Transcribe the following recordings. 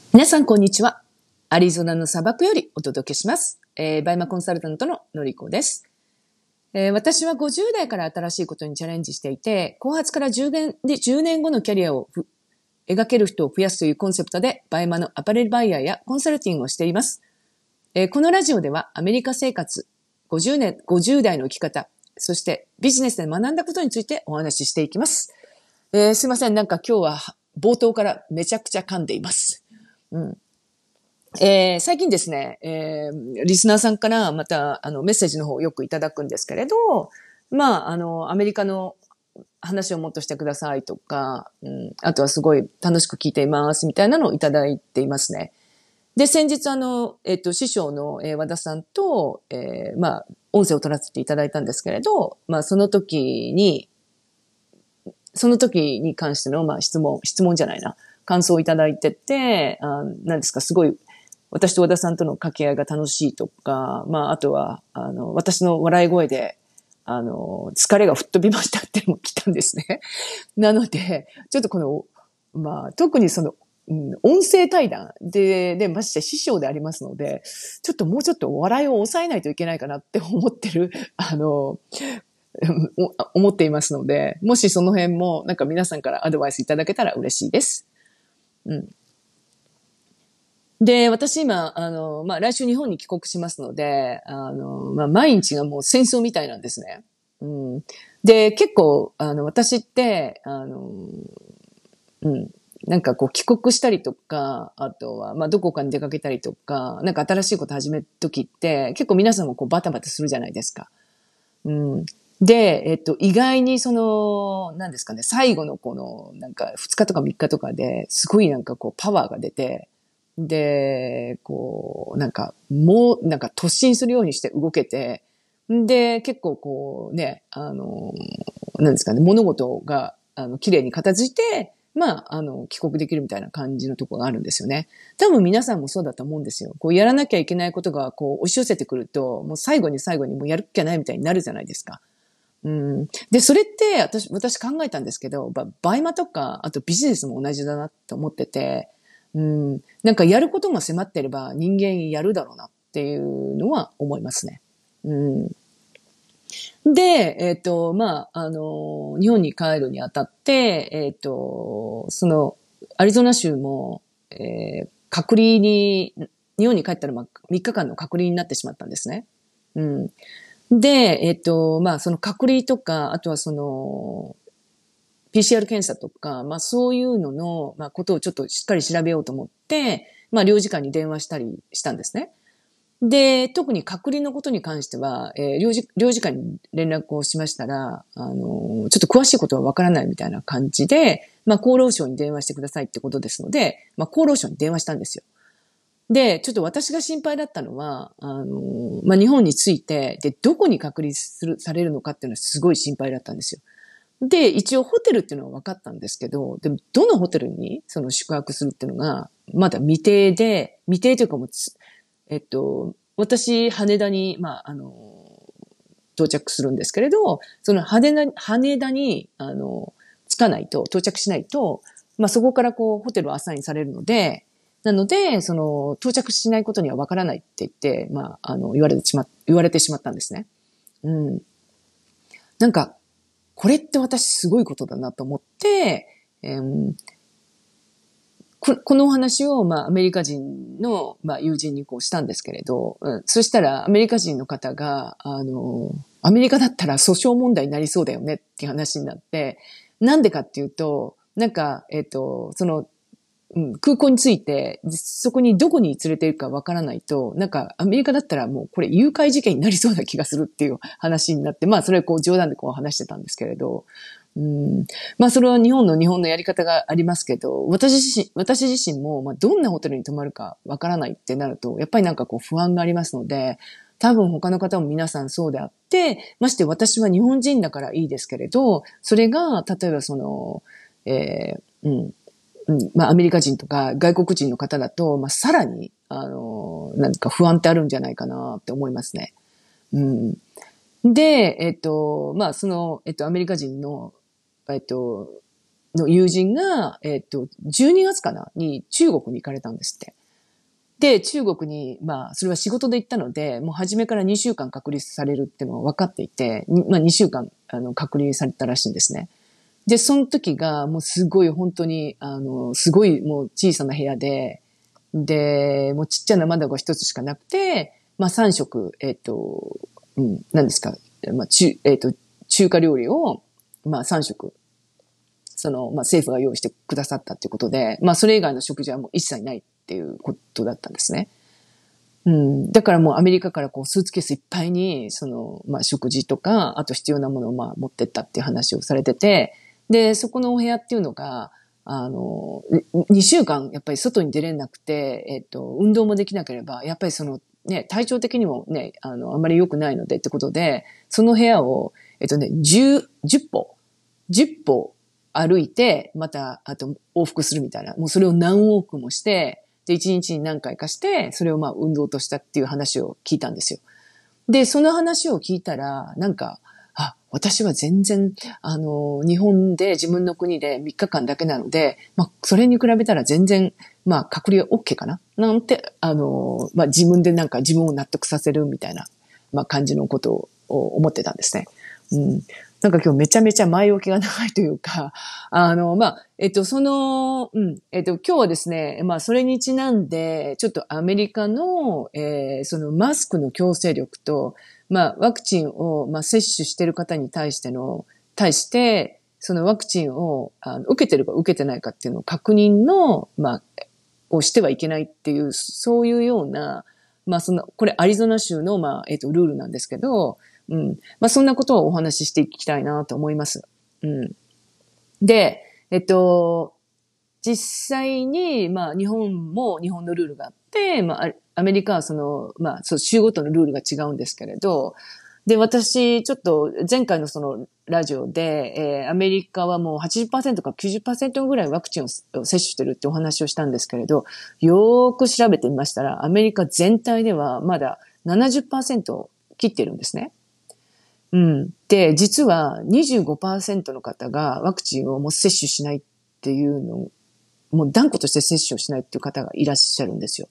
皆さん、こんにちは。アリゾナの砂漠よりお届けします。バイマコンサルタントののりこです。私は50代から新しいことにチャレンジしていて、後発から10年後のキャリアを描ける人を増やすというコンセプトで、バイマのアパレルバイヤーやコンサルティングをしています。このラジオではアメリカ生活、50代の生き方、そしてビジネスで学んだことについてお話ししていきます。すいません。なんか今日は冒頭からめちゃくちゃ噛んでいます。最近ですね、リスナーさんからまたメッセージの方をよくいただくんですけれど、アメリカの話をもっとしてくださいとか、あとはすごい楽しく聞いていますみたいなのをいただいていますね。で、先日師匠の、和田さんと、音声を取らせていただいたんですけれど、その時に関しての、質問じゃないな、感想をいただいてて、何ですか、すごい、私と和田さんとの掛け合いが楽しいとか、あとは、私の笑い声で、疲れが吹っ飛びましたっていうのも来たんですね。なので、ちょっとこの、特に音声対談で、まして師匠でありますので、ちょっともうちょっと笑いを抑えないといけないかなって思ってる、思っていますので、もしその辺もなんか皆さんからアドバイスいただけたら嬉しいです。で、私今、来週日本に帰国しますので、毎日がもう戦争みたいなんですね。で、結構、私って、なんかこう帰国したりとか、あとは、どこかに出かけたりとか、なんか新しいこと始めるときって、結構皆さんもこうバタバタするじゃないですか。で、意外に何ですかね、最後のなんか2日とか3日とかで、すごいなんかこうパワーが出て、で、なんか突進するようにして動けて、で、結構なんですかね、物事が、綺麗に片付いて、帰国できるみたいな感じのところがあるんですよね。多分皆さんもそうだと思うんですよ。やらなきゃいけないことが、押し寄せてくると、もう最後にもうやるっきゃないみたいになるじゃないですか。で、それって私考えたんですけど、バイマとか、あとビジネスも同じだなって思ってて、なんかやることが迫ってれば人間やるだろうなっていうのは思いますね。で、日本に帰るにあたって、アリゾナ州も、隔離に、日本に帰ったら3日間の隔離になってしまったんですね。で、その隔離とか、あとはPCR 検査とか、そういうのの、ことをちょっとしっかり調べようと思って、領事館に電話したりしたんですね。で、特に隔離のことに関しては、領事館に連絡をしましたら、ちょっと詳しいことはわからないみたいな感じで、厚労省に電話してくださいってことですので、厚労省に電話したんですよ。で、ちょっと私が心配だったのは、日本に着いて、で、どこに隔離されるのかっていうのはすごい心配だったんですよ。で、一応ホテルっていうのは分かったんですけど、でもどのホテルに宿泊するっていうのが、まだ未定というかもう、私、羽田に、到着するんですけれど、その羽田に、着かないと、到着しないと、そこからホテルをアサインされるので、なので、到着しないことには分からないって言って、言われてしまったんですね。なんか、これって私すごいことだなと思って、このお話を、アメリカ人の、友人にしたんですけれど、そしたらアメリカ人の方が、アメリカだったら訴訟問題になりそうだよねっていう話になって、なんでかっていうと、なんか、空港に着いて、そこにどこに連れて行くかわからないと、なんかアメリカだったらもうこれ誘拐事件になりそうな気がするっていう話になって、それ冗談で話してたんですけれど、それは日本のやり方がありますけど、私自身も、どんなホテルに泊まるかわからないってなると、やっぱりなんか不安がありますので、多分他の方も皆さんそうであって、まして私は日本人だからいいですけれど、それが、例えばアメリカ人とか外国人の方だと、さらに、なんか不安ってあるんじゃないかなって思いますね。で、アメリカ人の、 の友人が、12月かなに中国に行かれたんですって。で、中国に、それは仕事で行ったので、もう初めから2週間隔離されるっていうのは分かっていて、2週間、隔離されたらしいんですね。で、その時が、もうすごい本当に、すごいもう小さな部屋で、もうちっちゃな窓が一つしかなくて、3食、何ですか、中華料理を、3食、政府が用意してくださったっていうことで、それ以外の食事はもう一切ないっていうことだったんですね。だからもうアメリカからこうスーツケースいっぱいに、食事とか、あと必要なものを持ってったっていう話をされてて、で、そこのお部屋っていうのが、2週間やっぱり外に出れなくて、運動もできなければ、やっぱり体調的にもね、あんまり良くないのでってことで、その部屋を、10歩歩いて、また、あと往復するみたいな、もうそれを何往復もして、で、1日に何回かして、それを運動としたっていう話を聞いたんですよ。で、その話を聞いたら、私は全然、日本で自分の国で3日間だけなので、それに比べたら全然、隔離は OK かななんて、自分で自分を納得させるみたいな、感じのことを思ってたんですね。今日めちゃめちゃ前置きが長いというか、今日はですね、それにちなんで、ちょっとアメリカの、そのマスクの強制力と、ワクチンを、接種している方に対して、そのワクチンを、受けてるか受けてないかっていうのを確認の、をしてはいけないっていう、そういうような、これアリゾナ州の、ルールなんですけど、そんなことをお話ししていきたいなと思います。で、実際に、日本も日本のルールがあって、アメリカは州ごとのルールが違うんですけれど、で、私、ちょっと前回のそのラジオで、アメリカはもう 80% か 90% ぐらいワクチンを接種してるってお話をしたんですけれど、よーく調べてみましたら、アメリカ全体ではまだ 70% を切ってるんですね。で、実は 25% の方がワクチンをもう接種しないっていうのを、もう断固として接種をしないっていう方がいらっしゃるんですよ。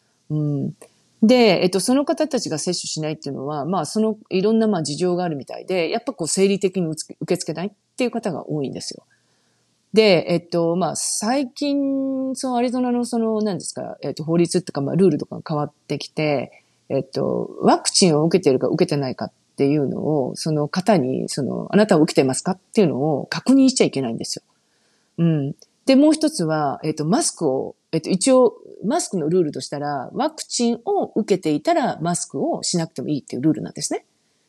で、その方たちが接種しないっていうのは、いろんな事情があるみたいで、やっぱ生理的に受け付けないっていう方が多いんですよ。で、最近、アリゾナの何ですか、法律とか、ルールとかが変わってきて、ワクチンを受けてるか受けてないかっていうのを、その方に、あなたは受けてますかっていうのを確認しちゃいけないんですよ。で、もう一つは、マスクを、一応、マスクのルールとしたら、ワクチンを受けていたらマスクをしなくてもいいっていうルールなんですね。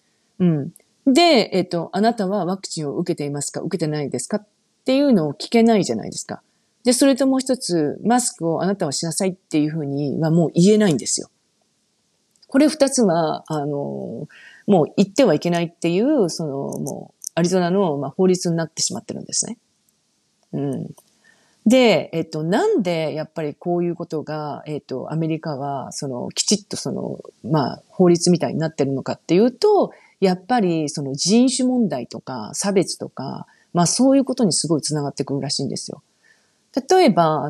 で、あなたはワクチンを受けていますか受けてないですかっていうのを聞けないじゃないですか。で、それともう一つ、マスクをあなたはしなさいっていうふうにはもう言えないんですよ。これ二つは、もう言ってはいけないっていう、もう、アリゾナの、法律になってしまってるんですね。で、なんでやっぱりこういうことが、アメリカは、きちっと法律みたいになってるのかっていうと、やっぱり、人種問題とか、差別とか、そういうことにすごいつながってくるらしいんですよ。例えば、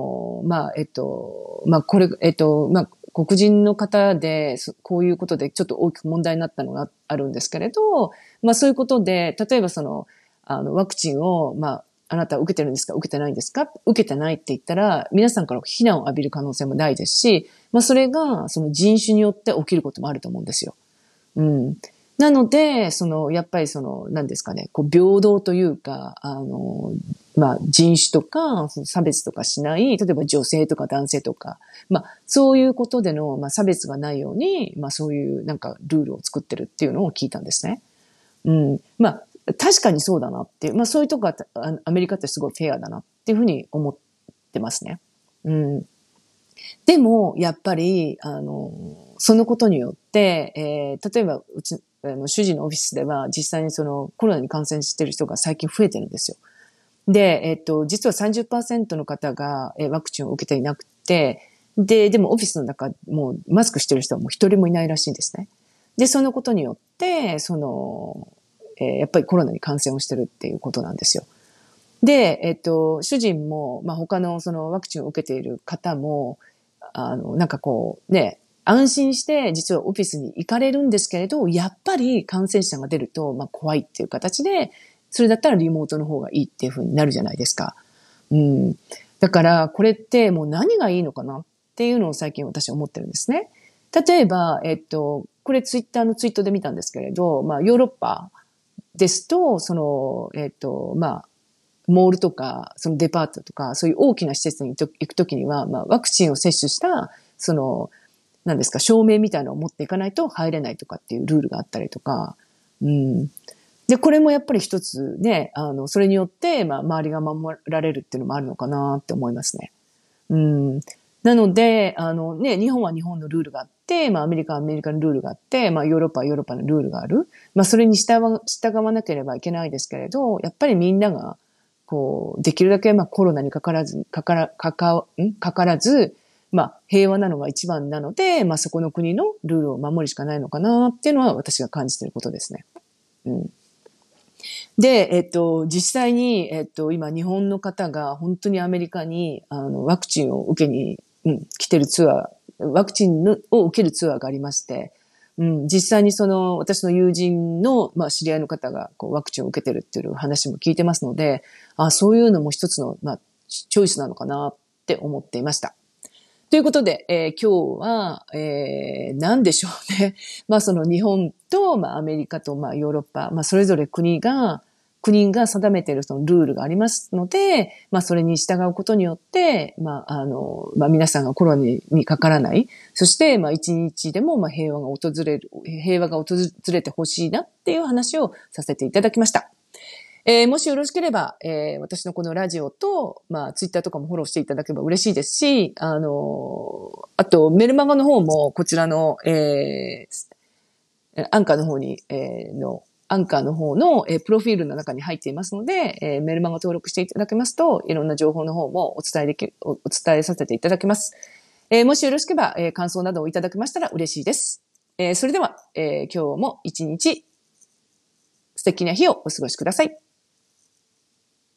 黒人の方で、こういうことでちょっと大きく問題になったのがあるんですけれど、そういうことで、例えばワクチンを、あなたは受けてるんですか受けてないんですか受けてないって言ったら、皆さんから非難を浴びる可能性もないですし、それが、人種によって起きることもあると思うんですよ。なので、やっぱり何ですかね、平等というか、人種とか、差別とかしない、例えば女性とか男性とか、そういうことでの、差別がないように、そういうルールを作ってるっていうのを聞いたんですね。確かにそうだなっていう、そういうとこがアメリカってすごいフェアだなっていうふうに思ってますね。でも、やっぱり、そのことによって、例えば、主人のオフィスでは実際にコロナに感染している人が最近増えてるんですよ。で、実は 30% の方がワクチンを受けていなくて、でもオフィスの中、もうマスクしてる人はもう一人もいないらしいんですね。で、そのことによって、やっぱりコロナに感染をしてるっていうことなんですよ。 で、主人も、まあ、他のそのワクチンを受けている方も、なんかこう、ね、安心して実はオフィスに行かれるんですけれど、やっぱり感染者が出ると、まあ、怖いっていう形で、それだったらリモートの方がいいっていう風になるじゃないですか。うん。だから、これってもう何がいいのかなっていうのを最近私は思ってるんですね。例えば、これツイッターのツイートで見たんですけれど、まあ、ヨーロッパですと、その、まあ、モールとか、そのデパートとか、そういう大きな施設に行くときには、まあ、ワクチンを接種した、その、何ですか、証明みたいなのを持っていかないと入れないとかっていうルールがあったりとか、うん。で、これもやっぱり一つね、それによって、まあ、周りが守られるっていうのもあるのかなって思いますね。うん。なので、ね、日本は日本のルールがあって、まあ、アメリカはアメリカのルールがあって、まあ、ヨーロッパはヨーロッパのルールがある。まあ、それに従わなければいけないですけれど、やっぱりみんなが、こう、できるだけ、まあ、コロナにかからず、まあ、平和なのが一番なので、まあ、そこの国のルールを守るしかないのかなっていうのは私が感じていることですね。うん。で、実際に、今日本の方が本当にアメリカに、ワクチンを受けに、来てるツアー、ワクチンを受けるツアーがありまして、実際にその、私の友人の、まあ、知り合いの方が、こう、ワクチンを受けてるっていう話も聞いてますので、そういうのも一つの、まあ、チョイスなのかなって思っていました。ということで、今日は、何でしょうね。まあその日本と、まあアメリカと、まあヨーロッパ、まあそれぞれ国が定めているそのルールがありますので、まあそれに従うことによって、まあまあ皆さんがコロナにかからない。そして、まあ一日でも、まあ平和が訪れてほしいなっていう話をさせていただきました。もしよろしければ、私のこのラジオと、まあ、ツイッターとかもフォローしていただければ嬉しいですし、あと、メルマガの方も、こちらの、アンカーの方に、アンカーの方の、プロフィールの中に入っていますので、メルマガ登録していただけますと、いろんな情報の方もお伝えさせていただきます。もしよろしければ、感想などをいただけましたら嬉しいです。それでは、今日も一日素敵な日をお過ごしください。